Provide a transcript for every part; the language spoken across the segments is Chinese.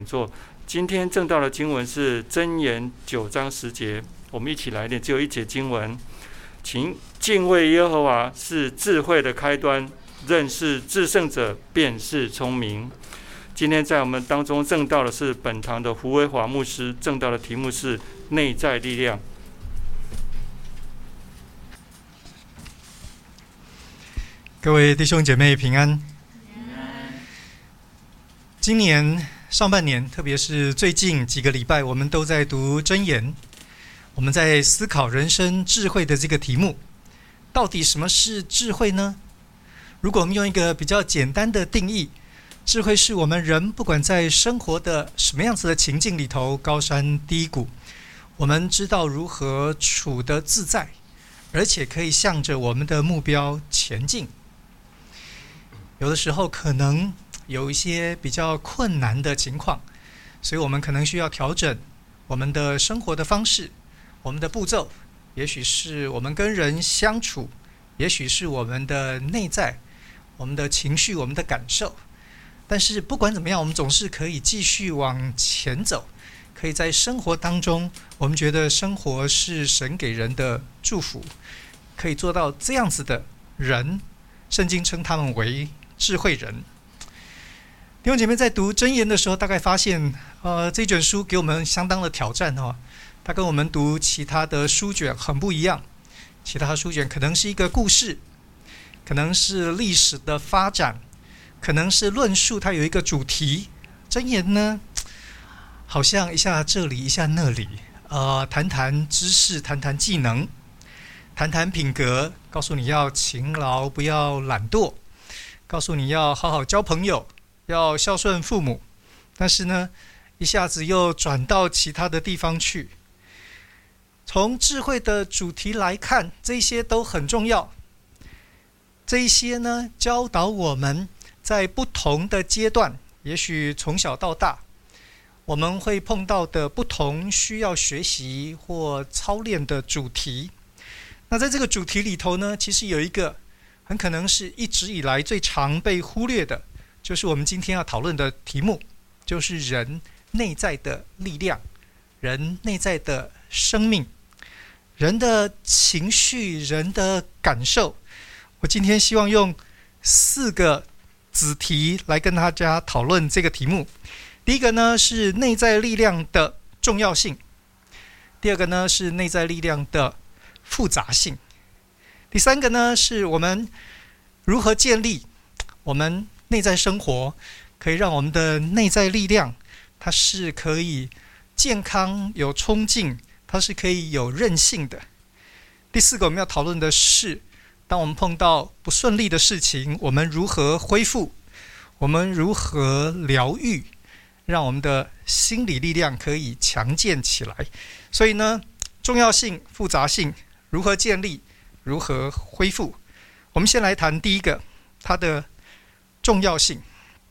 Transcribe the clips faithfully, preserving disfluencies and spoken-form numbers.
做。今天正道的经文是箴言九章十节，我们一起来念，只有一节经文。请敬畏耶和华是智慧的开端，认识至圣者便是聪明。今天在我们当中正道的是本堂的胡维华牧师，正道的题目是内在力量。 各位弟兄姐妹平安。今年上半年，特别是最近几个礼拜，我们都在读箴言，我们在思考人生智慧的这个题目。到底什么是智慧呢？如果我们用一个比较简单的定义，智慧是我们人不管在生活的什么样子的情境里头，高山低谷，我们知道如何处得自在，而且可以向着我们的目标前进。有的时候可能有一些比较困难的情况，所以我们可能需要调整我们的生活的方式，我们的步骤，也许是我们跟人相处，也许是我们的内在，我们的情绪，我们的感受。但是不管怎么样，我们总是可以继续往前走，可以在生活当中，我们觉得生活是神给人的祝福，可以做到这样子的人，圣经称他们为智慧人。弟兄姐妹在读箴言的时候，大概发现，呃，这卷书给我们相当的挑战哦。它跟我们读其他的书卷很不一样。其他书卷可能是一个故事，可能是历史的发展，可能是论述它有一个主题。箴言呢，好像一下这里一下那里，呃，谈谈知识，谈谈技能，谈谈品格，告诉你要勤劳，不要懒惰。告诉你要好好交朋友，要孝顺父母，但是呢，一下子又转到其他的地方去。从智慧的主题来看，这些都很重要。这一些呢，教导我们在不同的阶段，也许从小到大，我们会碰到的不同需要学习或操练的主题。那在这个主题里头呢，其实有一个很可能是一直以来最常被忽略的，就是我们今天要讨论的题目，就是人内在的力量，人内在的生命，人的情绪，人的感受。我今天希望用四个子题来跟大家讨论这个题目。第一个呢是内在力量的重要性，第二个呢是内在力量的复杂性，第三个呢是我们如何建立我们内在生活，可以让我们的内在力量它是可以健康有冲劲，它是可以有韧性的。第四个我们要讨论的是，当我们碰到不顺利的事情，我们如何恢复，我们如何疗愈，让我们的心理力量可以强健起来。所以呢，重要性、复杂性，如何建立，如何恢复。我们先来谈第一个，它的重要性。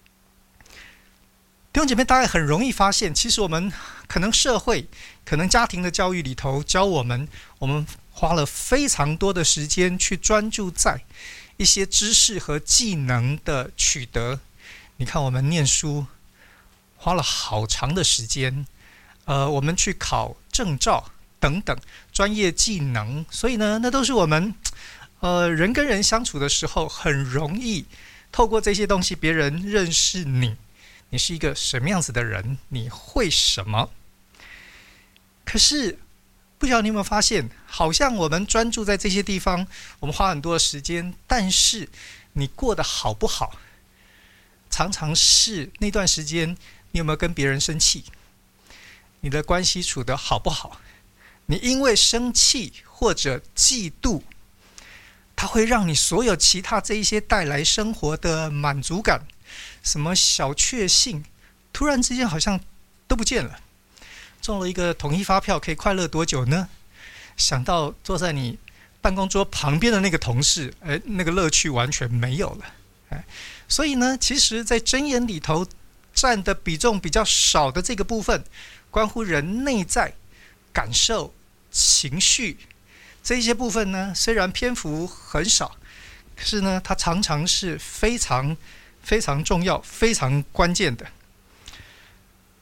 弟兄姐妹大概很容易发现，其实我们可能社会，可能家庭的教育里头教我们，我们花了非常多的时间去专注在一些知识和技能的取得。你看我们念书花了好长的时间，呃，我们去考证照等等专业技能，所以呢，那都是我们呃人跟人相处的时候很容易透过这些东西，别人认识你，你是一个什么样子的人，你会什么。可是不晓得你有没有发现，好像我们专注在这些地方，我们花很多的时间，但是你过得好不好，常常是那段时间你有没有跟别人生气，你的关系处得好不好，你因为生气或者嫉妒，它会让你所有其他这一些带来生活的满足感，什么小确幸，突然之间好像都不见了。中了一个统一发票可以快乐多久呢？想到坐在你办公桌旁边的那个同事，哎，那个乐趣完全没有了。哎，所以呢，其实在箴言里头占的比重比较少的这个部分，关乎人内在感受、情绪这一些部分呢，虽然篇幅很少，可是呢，它常常是非常非常重要、非常关键的。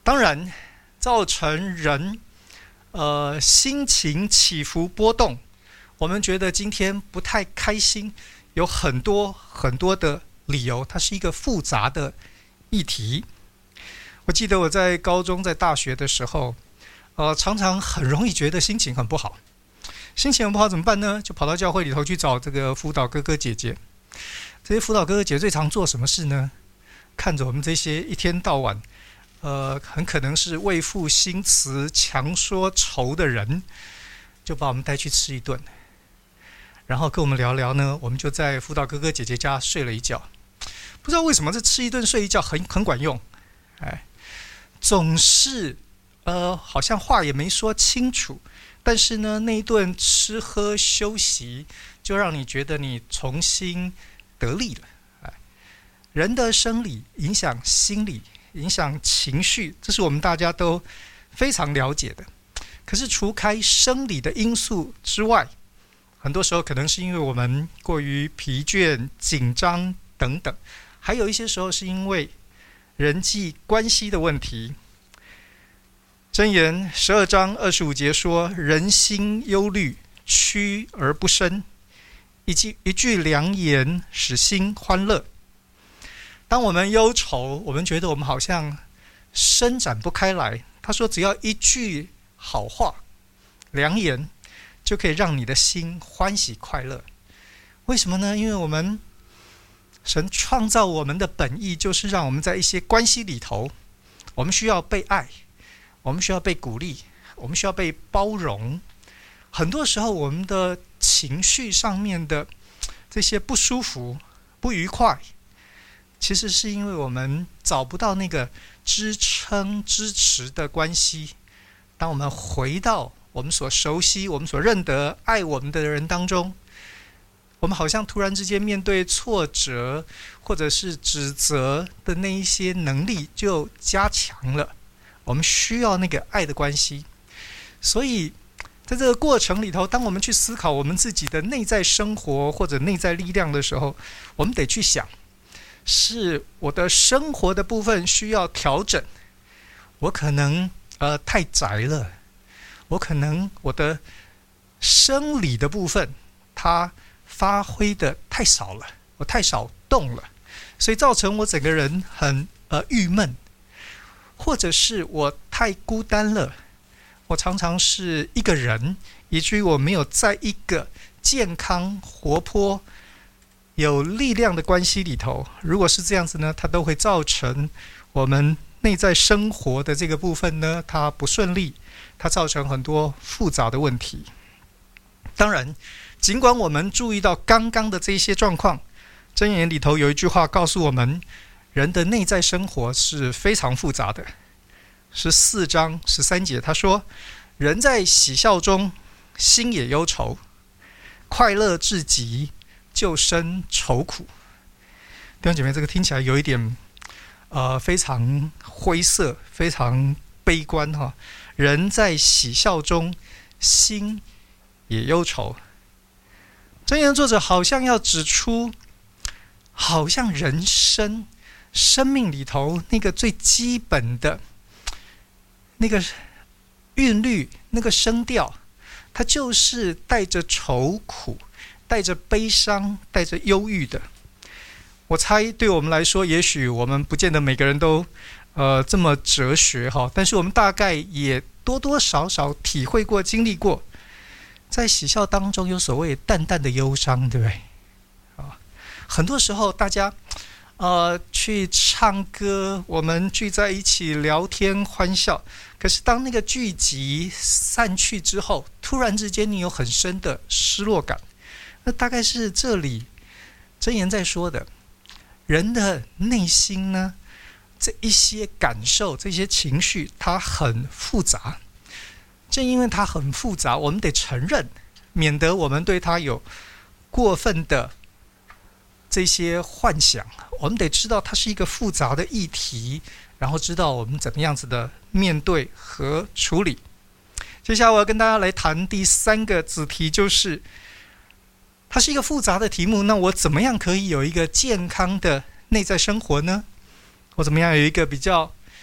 当然，造成人呃心情起伏波动，我们觉得今天不太开心，有很多很多的理由，它是一个复杂的议题。我记得我在高中、在大学的时候，呃，常常很容易觉得心情很不好。心情很不好怎么办呢？就跑到教会里头去找这个辅导哥哥姐姐。这些辅导哥哥姐姐最常做什么事呢？看着我们这些一天到晚，呃，很可能是为赋新词强说愁的人，就把我们带去吃一顿，然后跟我们聊聊呢。我们就在辅导哥哥姐姐家睡了一觉。不知道为什么这吃一顿睡一觉很很管用，哎，总是呃好像话也没说清楚。但是呢，那一顿吃喝休息，就让你觉得你重新得力了。哎，人的生理影响心理，影响情绪，这是我们大家都非常了解的。可是除开生理的因素之外，很多时候可能是因为我们过于疲倦、紧张等等，还有一些时候是因为人际关系的问题。箴言十二章二十五节说：“人心忧虑，屈而不伸；一句一句良言，使心欢乐。”当我们忧愁，我们觉得我们好像伸展不开来。他说：“只要一句好话、良言，就可以让你的心欢喜快乐。”为什么呢？因为我们神创造我们的本意，就是让我们在一些关系里头，我们需要被爱。我们需要被鼓励，我们需要被包容。很多时候我们的情绪上面的这些不舒服、不愉快，其实是因为我们找不到那个支撑、支持的关系。当我们回到我们所熟悉、我们所认得、爱我们的人当中，我们好像突然之间面对挫折或者是指责的那一些能力就加强了。我们需要那个爱的关系，所以在这个过程里头，当我们去思考我们自己的内在生活或者内在力量的时候，我们得去想，是我的生活的部分需要调整，我可能呃太宅了，我可能我的生理的部分它发挥的太少了，我太少动了，所以造成我整个人很呃郁闷。或者是我太孤单了，我常常是一个人，以至于我没有在一个健康、活泼、有力量的关系里头。如果是这样子呢，它都会造成我们内在生活的这个部分呢，它不顺利，它造成很多复杂的问题。当然，尽管我们注意到刚刚的这些状况，箴言里头有一句话告诉我们，人的内在生活是非常复杂的。十四章十三节他说：“人在喜笑中，心也忧愁；快乐至极，就生愁苦。”弟兄姐妹，这个听起来有一点呃非常灰色，非常悲观哈。人在喜笑中，心也忧愁。箴言作者好像要指出，好像人生。生命里头那个最基本的那个韵律，那个声调，它就是带着愁苦，带着悲伤，带着忧郁的。我猜对我们来说，也许我们不见得每个人都呃这么哲学哈，但是我们大概也多多少少体会过、经历过，在喜笑当中有所谓淡淡的忧伤，对不对？啊，很多时候大家。呃，去唱歌，我们聚在一起聊天欢笑。可是当那个聚集散去之后，突然之间你有很深的失落感。那大概是这里箴言在说的，人的内心呢，这一些感受、这些情绪，它很复杂。正因为它很复杂，我们得承认，免得我们对它有过分的这些幻想。我们得知道它是一个复杂的议题，然后知道我们怎么样子的面对和处理。接下来我要跟大家来谈第三个子题，就是它是一个复杂的题目，那我怎么样可以有一个健康的内在生活呢？我怎么样有一个比较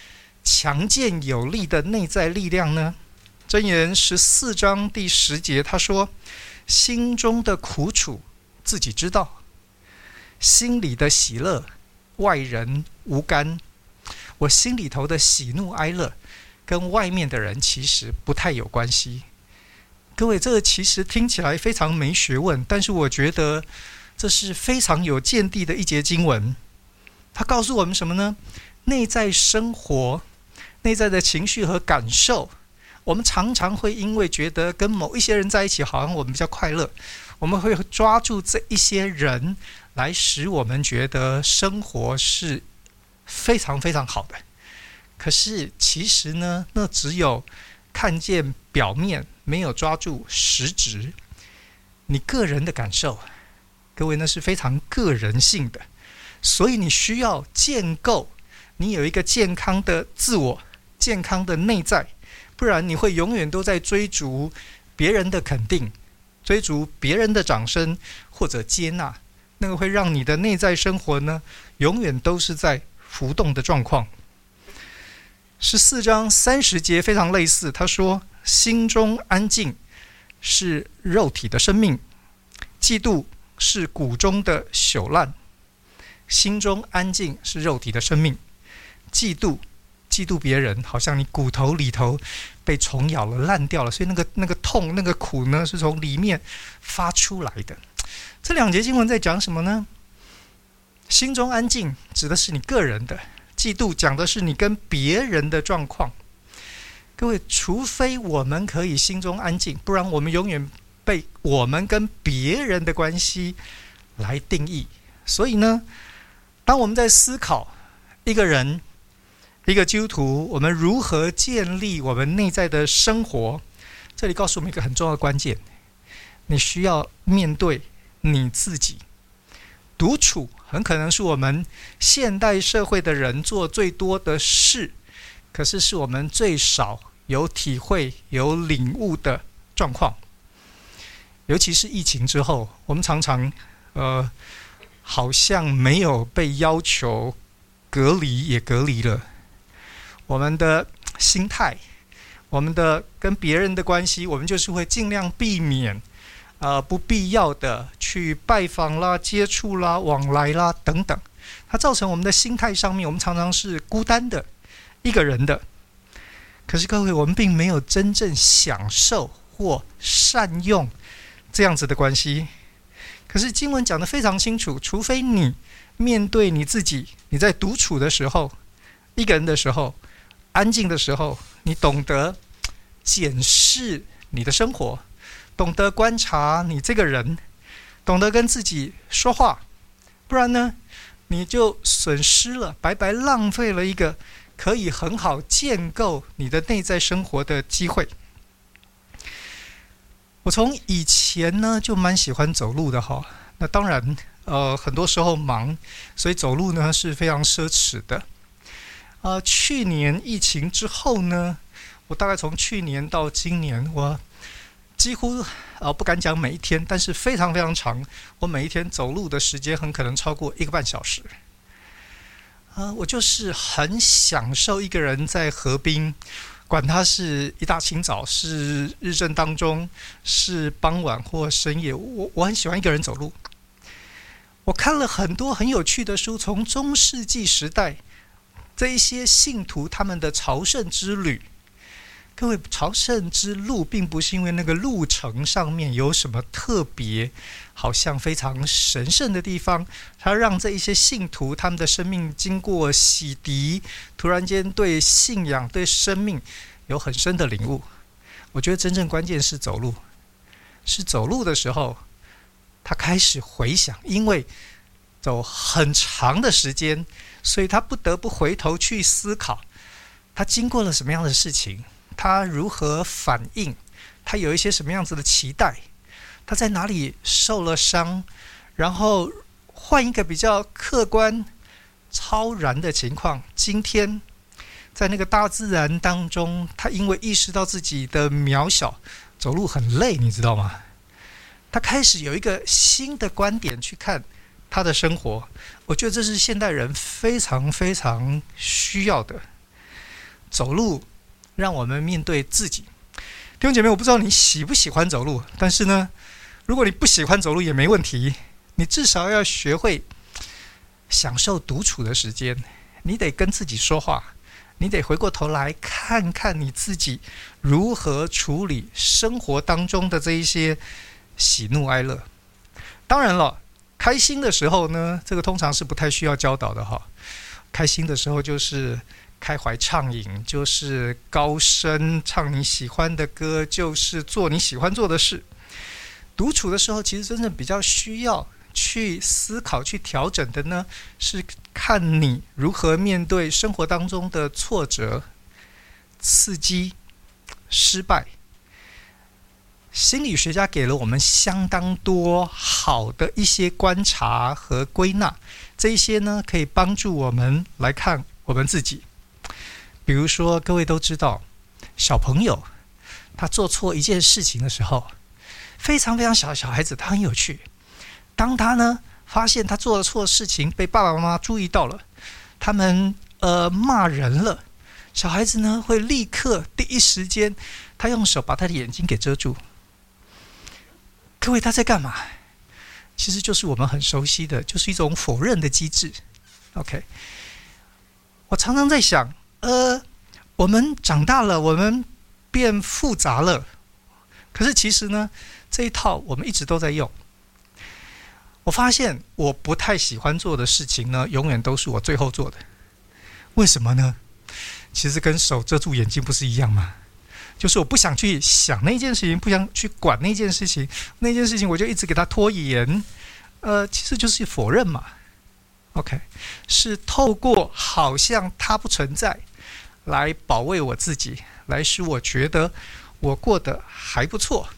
强健有力的内在力量呢？箴言十四章第十节他说，心中的苦楚自己知道，心里的喜乐外人无干。我心里头的喜怒哀乐跟外面的人其实不太有关系。各位，这个其实听起来非常没学问，但是我觉得这是非常有见地的一节经文。它告诉我们什么呢？内在生活、内在的情绪和感受，我们常常会因为觉得跟某一些人在一起好像我们比较快乐，我们会抓住这一些人来使我们觉得生活是非常非常好的。可是其实呢，那只有看见表面，没有抓住实质。你个人的感受，各位，那是非常个人性的，所以你需要建构你有一个健康的自我，健康的内在，不然你会永远都在追逐别人的肯定，追逐别人的掌声或者接纳，那个会让你的内在生活呢，永远都是在浮动的状况。十四章三十节非常类似，他说，心中安静是肉体的生命，嫉妒是骨中的朽烂。心中安静是肉体的生命，嫉妒嫉妒别人，好像你骨头里头被虫咬了，烂掉了，所以那个那个痛那个苦呢，是从里面发出来的。这两节经文在讲什么呢？心中安静指的是你个人的，嫉妒讲的是你跟别人的状况。各位，除非我们可以心中安静，不然我们永远被我们跟别人的关系来定义。所以呢，当我们在思考一个人一个基督徒，我们如何建立我们内在的生活，这里告诉我们一个很重要的关键，你需要面对你自己。独处很可能是我们现代社会的人做最多的事，可是是我们最少有体会有领悟的状况。尤其是疫情之后，我们常常呃，好像没有被要求隔离也隔离了，我们的心态，我们的跟别人的关系，我们就是会尽量避免呃，不必要的去拜访啦、接触啦、往来啦等等，它造成我们的心态上面，我们常常是孤单的、一个人的。可是各位，我们并没有真正享受或善用这样子的关系。可是经文讲得非常清楚，除非你面对你自己，你在独处的时候、一个人的时候、安静的时候，你懂得检视你的生活，懂得观察你这个人，懂得跟自己说话，不然呢，你就损失了，白白浪费了一个可以很好建构你的内在生活的机会。我从以前呢就蛮喜欢走路的哈，那当然呃很多时候忙，所以走路呢是非常奢侈的。呃，去年疫情之后呢，我大概从去年到今年，我几乎呃不敢讲每一天，但是非常非常长，我每一天走路的时间很可能超过一个半小时。呃，我就是很享受一个人在河滨，管它是一大清早，是日正当中，是傍晚或深夜，我我很喜欢一个人走路。我看了很多很有趣的书，从中世纪时代这一些信徒他们的朝圣之旅。各位，朝圣之路并不是因为那个路程上面有什么特别好像非常神圣的地方，它让这一些信徒他们的生命经过洗涤，突然间对信仰对生命有很深的领悟。我觉得真正关键是走路，是走路的时候他开始回想，因为走很长的时间，所以他不得不回头去思考他经过了什么样的事情，他如何反应，他有一些什么样子的期待，他在哪里受了伤，然后换一个比较客观超然的情况，今天在那个大自然当中，他因为意识到自己的渺小，走路很累，你知道吗？他开始有一个新的观点去看他的生活，我觉得这是现代人非常非常需要的。 走路让我们面对自己。弟兄姐妹，我不知道你喜不喜欢走路，但是呢，如果你不喜欢走路也没问题，你至少要学会享受独处的时间。你得跟自己说话，你得回过头来看看你自己如何处理生活当中的这一些喜怒哀乐。当然了，开心的时候呢，这个通常是不太需要教导的哈。开心的时候就是开怀畅饮，就是高声唱你喜欢的歌，就是做你喜欢做的事。独处的时候，其实真正比较需要去思考、去调整的呢，是看你如何面对生活当中的挫折、刺激、失败。心理学家给了我们相当多好的一些观察和归纳，这一些呢，可以帮助我们来看我们自己。比如说，各位都知道，小朋友他做错一件事情的时候，非常非常小的小孩子，他很有趣。当他呢发现他做了错事情，被爸爸妈妈注意到了，他们呃骂人了，小孩子呢会立刻第一时间，他用手把他的眼睛给遮住。各位，他在干嘛？其实就是我们很熟悉的，就是一种否认的机制。OK， 我常常在想，呃，我们长大了，我们变复杂了，可是其实呢，这一套我们一直都在用。我发现我不太喜欢做的事情呢，永远都是我最后做的。为什么呢？其实跟手遮住眼睛不是一样吗？就是我不想去想那件事情，不想去管那件事情，那件事情我就一直给它拖延，呃，其实就是否认嘛。OK， 是透过好像它不存在，来保卫我自己，来使我觉得我过得还不错。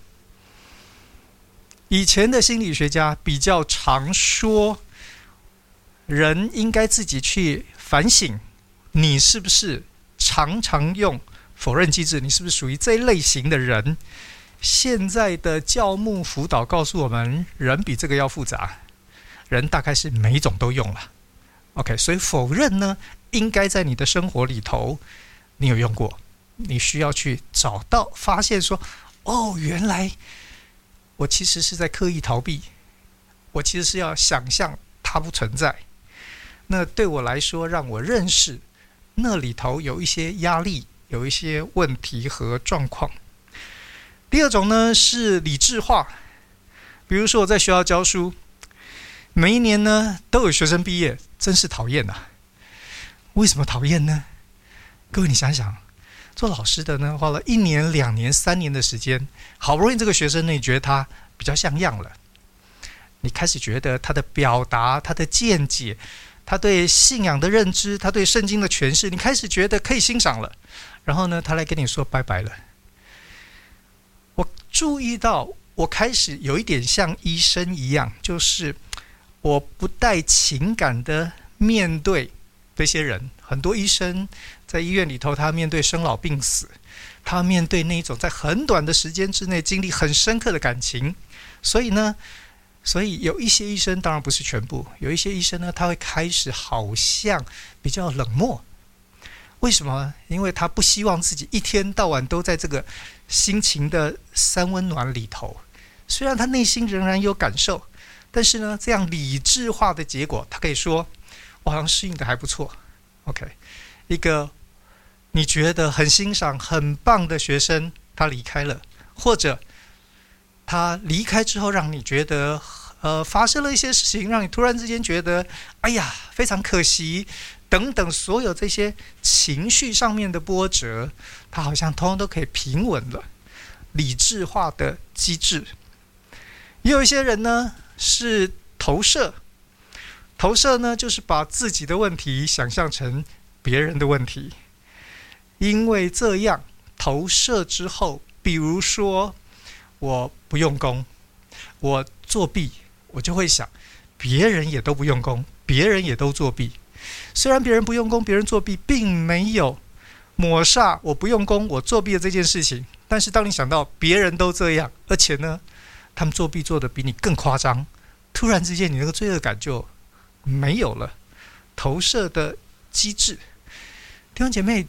以前的心理学家比较常说，人应该自己去反省，你是不是常常用否认机制，你是不是属于这一类型的人？现在的教牧辅导告诉我们，人比这个要复杂，人大概是每一种都用了。OK， 所以否认呢，应该在你的生活里头，你有用过，你需要去找到、发现说，哦，原来我其实是在刻意逃避，我其实是要想象它不存在。那对我来说，让我认识那里头有一些压力，有一些问题和状况。第二种呢是理智化，比如说我在学校教书，每一年呢都有学生毕业，真是讨厌啊！为什么讨厌呢？各位你想想，做老师的呢花了一年、两年、三年的时间，好不容易这个学生呢，你觉得他比较像样了，你开始觉得他的表达、他的见解、他对信仰的认知、他对圣经的诠释，你开始觉得可以欣赏了。然后呢，他来跟你说拜拜了。我注意到，我开始有一点像医生一样，就是我不带情感的面对这些人。很多医生在医院里头，他面对生老病死，他面对那种在很短的时间之内经历很深刻的感情。所以呢，所以有一些医生，当然不是全部，有一些医生呢，他会开始好像比较冷漠。为什么？因为他不希望自己一天到晚都在这个心情的三温暖里头。虽然他内心仍然有感受，但是呢，这样理智化的结果，他可以说我好像适应的还不错。OK， 一个你觉得很欣赏、很棒的学生，他离开了，或者他离开之后，让你觉得呃发生了一些事情，让你突然之间觉得哎呀非常可惜等等，所有这些情绪上面的波折，他好像通通都可以平稳了。理智化的机制。也有一些人呢是投射，投射呢就是把自己的问题想象成别人的问题，因为这样投射之后，比如说我不用功，我作弊，我就会想别人也都不用功，别人也都作弊。虽然别人不用功，别人作弊，并没有抹煞我不用功我作弊的这件事情，但是当你想到别人都这样，而且呢他们作弊做得比你更夸张，突然之间你那个罪恶感就没有了。投射的机制，弟兄姐妹，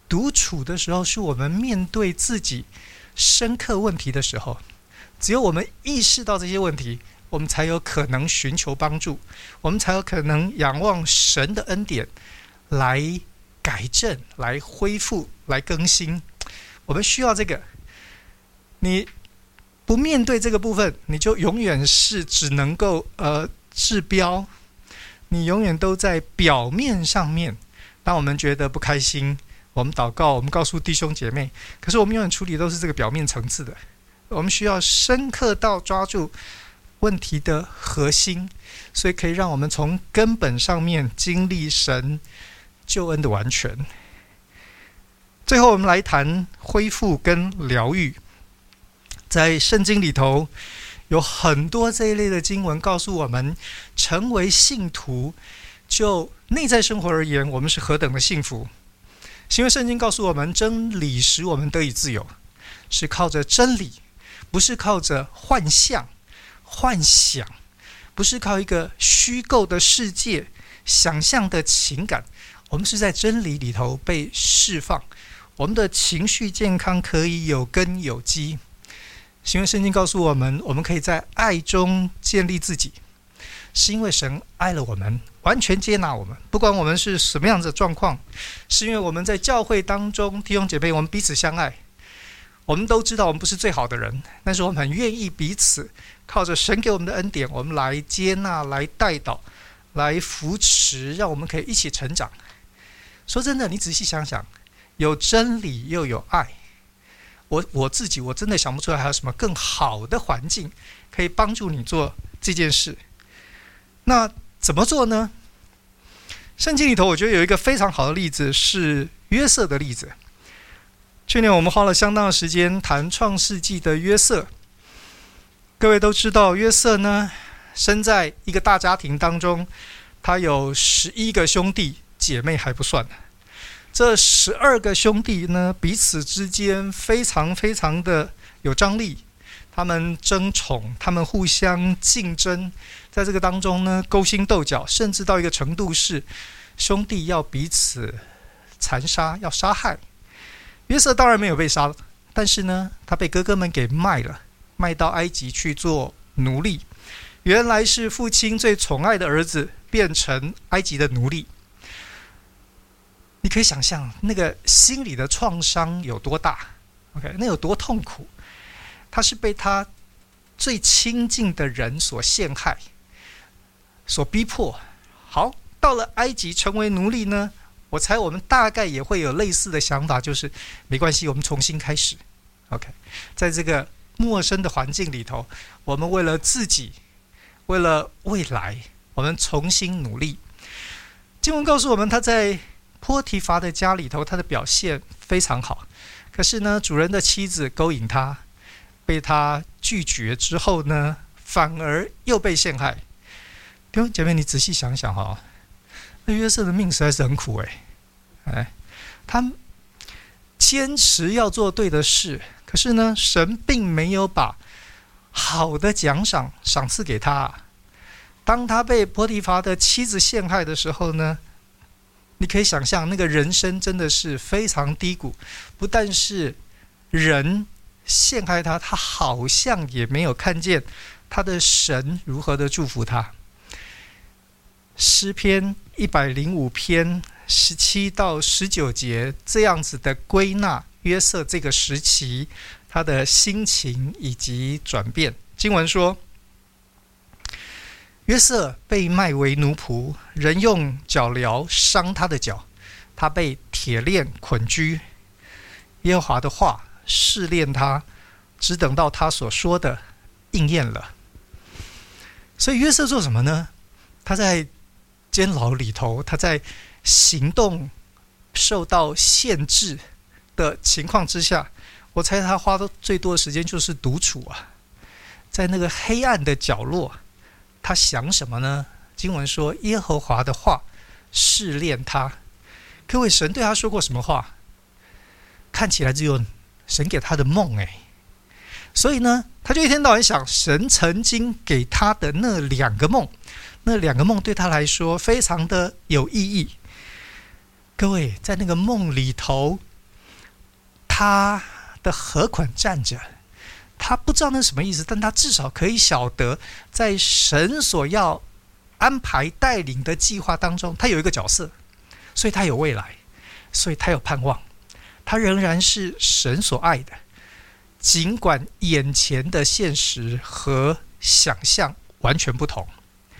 独处的时候，是我们面对自己深刻问题的时候。只有我们意识到这些问题，我们才有可能寻求帮助，我们才有可能仰望神的恩典来改正、来恢复、来更新。我们需要这个。你不面对这个部分，你就永远是只能够呃治标，你永远都在表面上面。当我们觉得不开心，我们祷告，我们告诉弟兄姐妹，可是我们永远处理都是这个表面层次的。我们需要深刻到抓住问题的核心，所以可以让我们从根本上面经历神救恩的完全。最后我们来谈恢复跟疗愈。在圣经里头有很多这一类的经文告诉我们，成为信徒就内在生活而言，我们是何等的幸福。新约圣经告诉我们，真理使我们得以自由，是靠着真理，不是靠着幻象、幻想，不是靠一个虚构的世界、想象的情感。我们是在真理里头被释放，我们的情绪健康可以有根有基。新约圣经告诉我们，我们可以在爱中建立自己，是因为神爱了我们，完全接纳我们，不管我们是什么样子的状况，是因为我们在教会当中，弟兄姐妹，我们彼此相爱。我们都知道我们不是最好的人，但是我们很愿意彼此靠着神给我们的恩典，我们来接纳、来带导、来扶持，让我们可以一起成长。说真的，你仔细想想，有真理又有爱，我我自己我真的想不出来还有什么更好的环境可以帮助你做这件事。那怎么做呢？圣经里头我觉得有一个非常好的例子是约瑟的例子。去年我们花了相当的时间谈创世纪的约瑟。各位都知道，约瑟呢生在一个大家庭当中，他有十一个兄弟，姐妹还不算。这十二个兄弟呢，彼此之间非常非常的有张力，他们争宠，他们互相竞争，在这个当中呢，勾心斗角，甚至到一个程度是兄弟要彼此残杀，要杀害。约瑟当然没有被杀，但是呢，他被哥哥们给卖了，卖到埃及去做奴隶。原来是父亲最宠爱的儿子变成埃及的奴隶。你可以想象那个心理的创伤有多大 ，OK， 那有多痛苦。他是被他最亲近的人所陷害，所逼迫。好，到了埃及成为奴隶呢？我猜我们大概也会有类似的想法，就是没关系，我们重新开始。OK， 在这个陌生的环境里头，我们为了自己，为了未来，我们重新努力。经文告诉我们，他在波提乏的家里头，他的表现非常好。可是呢，主人的妻子勾引他，被他拒绝之后呢，反而又被陷害。弟兄姐妹，你仔细想想哈、哦。那约瑟的命实在是很苦哎，哎，他坚持要做对的事，可是呢，神并没有把好的奖赏赏赐给他。当他被波提乏的妻子陷害的时候呢，你可以想象那个人生真的是非常低谷。不但是人陷害他，他好像也没有看见他的神如何的祝福他。诗篇一百零五篇十七到十九节这样子的归纳约瑟这个时期他的心情以及转变。经文说，约瑟被卖为奴仆，人用脚镣伤他的脚，他被铁链捆拘。耶和华的话试炼他，只等到他所说的应验了。所以约瑟做什么呢？他在监牢里头，他在行动受到限制的情况之下，我猜他花的最多的时间就是独处啊，在那个黑暗的角落，他想什么呢？经文说，耶和华的话试炼他。各位，神对他说过什么话？看起来只有神给他的梦哎，所以呢，他就一天到晚想神曾经给他的那两个梦。那两个梦对他来说非常的有意义。各位，在那个梦里头， 他的河款站着，他不知道那是什么意思，但他至少可以晓得，在神所要安排带领的计划当中，他有一个角色，所以他有未来，所以他有盼望，他仍然是神所爱的，尽管眼前的现实和想象完全不同。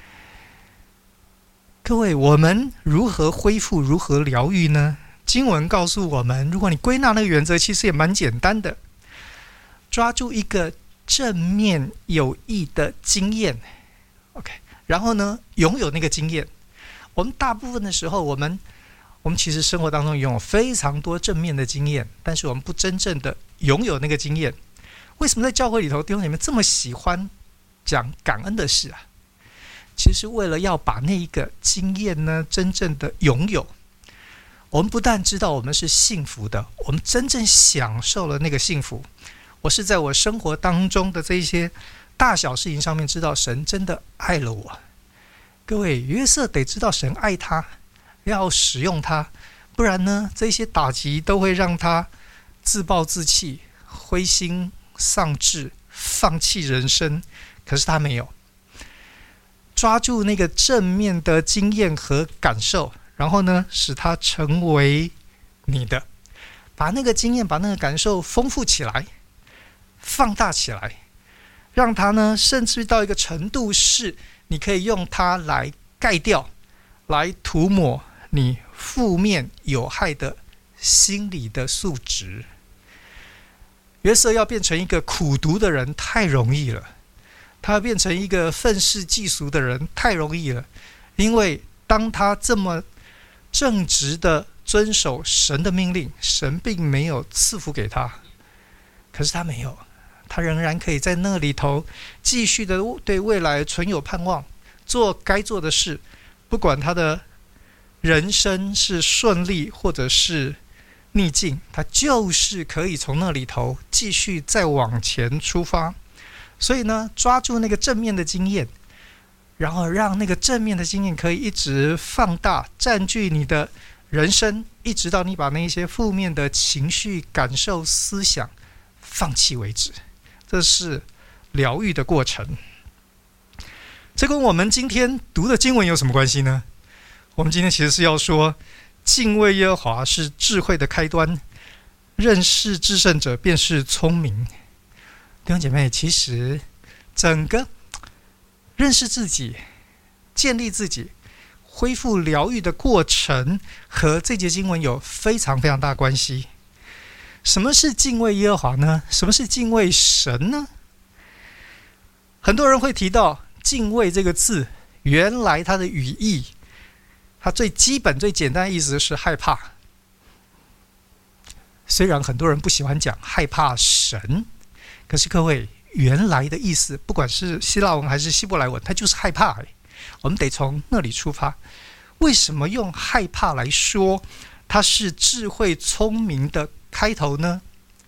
各位，我们如何恢复，如何疗愈呢？经文告诉我们，如果你归纳那个原则，其实也蛮简单的，抓住一个正面有益的经验 OK， 然后呢，拥有那个经验。我们大部分的时候，我们我们其实生活当中拥有非常多正面的经验，但是我们不真正的拥有那个经验。为什么在教会里头弟兄姐妹这么喜欢讲感恩的事啊？其实为了要把那一个经验呢真正的拥有，我们不但知道我们是幸福的，我们真正享受了那个幸福。我是在我生活当中的这些大小事情上面知道神真的爱了我。各位，约瑟得知道神爱他，要使用他，不然呢这些打击都会让他自暴自弃，灰心丧志，放弃人生。可是他没有，抓住那个正面的经验和感受，然后呢使它成为你的，把那个经验把那个感受丰富起来，放大起来，让它呢甚至到一个程度是你可以用它来盖掉，来涂抹你负面有害的心理的素质。约瑟要变成一个苦毒的人太容易了，他要变成一个愤世嫉俗的人太容易了，因为当他这么正直的遵守神的命令，神并没有赐福给他，可是他没有，他仍然可以在那里头继续的对未来存有盼望，做该做的事，不管他的人生是顺利或者是逆境，他就是可以从那里头继续再往前出发。所以呢，抓住那个正面的经验，然后让那个正面的经验可以一直放大，占据你的人生，一直到你把那些负面的情绪、感受、思想放弃为止。这是疗愈的过程。这跟我们今天读的经文有什么关系呢？我们今天其实是要说，敬畏耶和华是智慧的开端，认识至圣者便是聪明。弟兄姐妹，其实整个认识自己、建立自己、恢复疗愈的过程和这节经文有非常非常大关系。什么是敬畏耶和华呢？什么是敬畏神呢？很多人会提到敬畏这个字，原来它的语义，它最基本最简单的意思是害怕。虽然很多人不喜欢讲害怕神，可是各位，原来的意思不管是希腊文还是希伯来文，它就是害怕。我们得从那里出发。为什么用害怕来说它是智慧聪明的开头呢？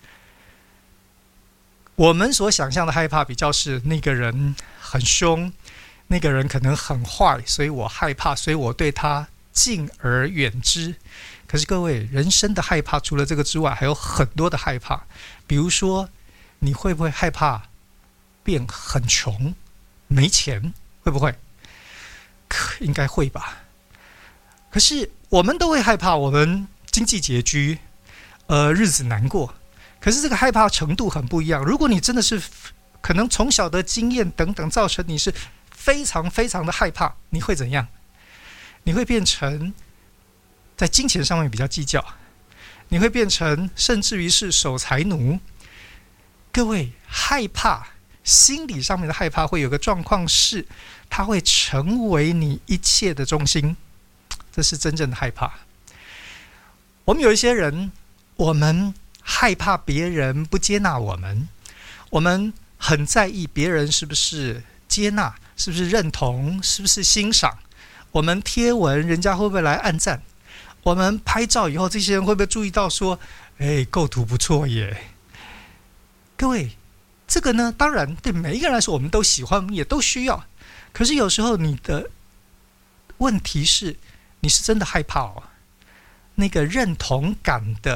我们所想象的害怕比较是那个人很凶，那个人可能很坏，所以我害怕，所以我对他敬而远之。可是各位，人生的害怕除了这个之外还有很多的害怕。比如说，你会不会害怕变很穷没钱？会不会？应该会吧。可是我们都会害怕我们经济拮据，呃，日子难过。可是这个害怕程度很不一样。如果你真的是可能从小的经验等等造成你是非常非常的害怕，你会怎样？你会变成在金钱上面比较计较，你会变成甚至于是守财奴。各位，害怕心理上面的害怕会有个状况是，它会成为你一切的中心，这是真正的害怕。我们有一些人，我们害怕别人不接纳我们，我们很在意别人是不是接纳，是不是认同，是不是欣赏。我们贴文人家会不会来按赞，我们拍照以后这些人会不会注意到说，哎，构图不错耶。各位，这个呢，当然对每一个人来说我们都喜欢，也都需要。可是有时候你的问题是，你是真的害怕哦，那个认同感的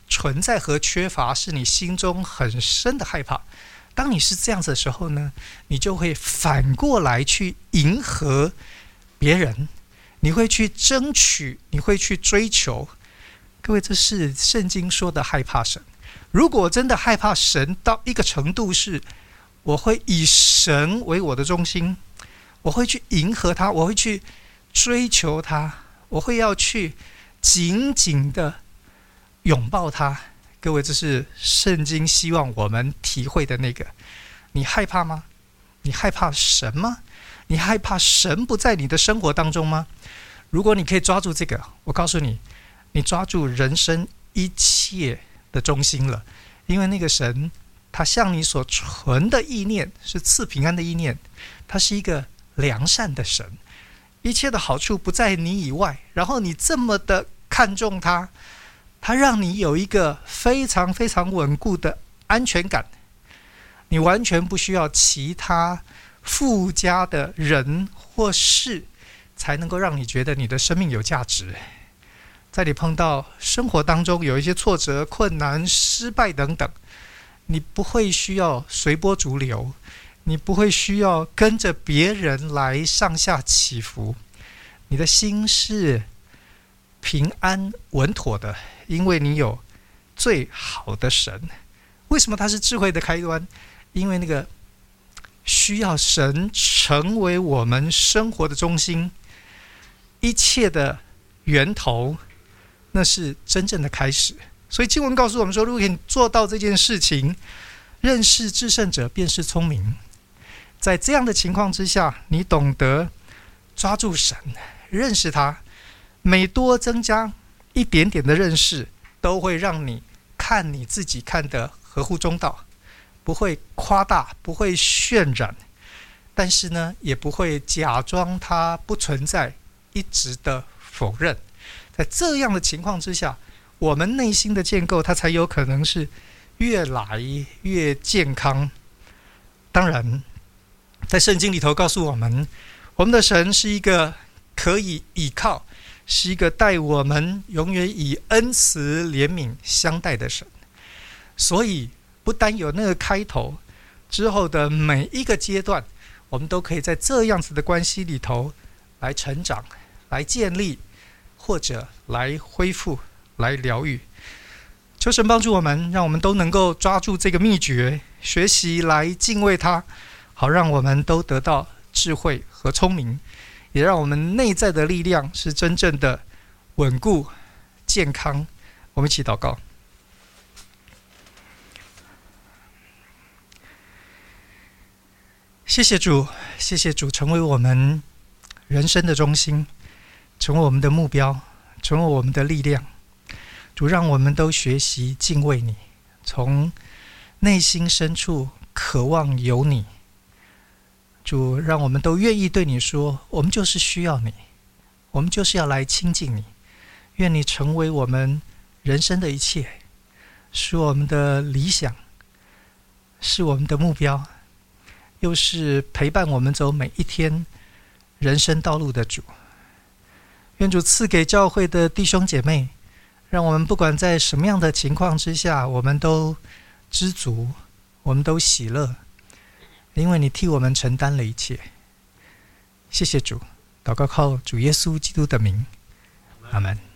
存在和缺乏是你心中很深的害怕。当你是这样子的时候呢，你就会反过来去迎合别人，你会去争取，你会去追求。各位，这是圣经说的害怕神。如果真的害怕神到一个程度，是我会以神为我的中心，我会去迎合他，我会去追求他，我会要去紧紧的拥抱他。各位，这是圣经希望我们体会的那个。你害怕吗？你害怕神吗？你害怕神不在你的生活当中吗？如果你可以抓住这个，我告诉你，你抓住人生一切的中心了。因为那个神，他向你所存的意念是赐平安的意念，他是一个良善的神，一切的好处不在你以外，然后你这么的看重他，他让你有一个非常非常稳固的安全感，你完全不需要其他附加的人或事才能够让你觉得你的生命有价值。在你碰到生活当中有一些挫折、困难、失败等等，你不会需要随波逐流，你不会需要跟着别人来上下起伏，你的心是平安稳妥的，因为你有最好的神。为什么它是智慧的开端？因为那个需要神成为我们生活的中心，一切的源头，那是真正的开始。所以经文告诉我们说，如果你做到这件事情，认识至圣者便是聪明。在这样的情况之下，你懂得抓住神，认识他，每多增加一点点的认识，都会让你看你自己看得合乎中道，不会夸大，不会渲染，但是呢，也不会假装它不存在，一直的否认。在这样的情况之下，我们内心的建构，它才有可能是越来越健康。当然，在圣经里头告诉我们，我们的神是一个可以倚靠，是一个待我们永远以恩慈怜悯相待的神。所以不单有那个开头，之后的每一个阶段，我们都可以在这样子的关系里头来成长，来建立，或者来恢复，来疗愈。求神帮助我们，让我们都能够抓住这个秘诀，学习来敬畏他，好让我们都得到智慧和聪明，也让我们内在的力量是真正的稳固健康。我们一起祷告。谢谢主，谢谢主成为我们人生的中心，成为我们的目标，成为我们的力量。主，让我们都学习敬畏你，从内心深处渴望有你。主，让我们都愿意对你说，我们就是需要你，我们就是要来亲近你。愿你成为我们人生的一切，是我们的理想，是我们的目标，又是陪伴我们走每一天人生道路的主。愿主赐给教会的弟兄姐妹，让我们不管在什么样的情况之下，我们都知足，我们都喜乐，因为你替我们承担了一切。谢谢主，祷告靠主耶稣基督的名，阿们。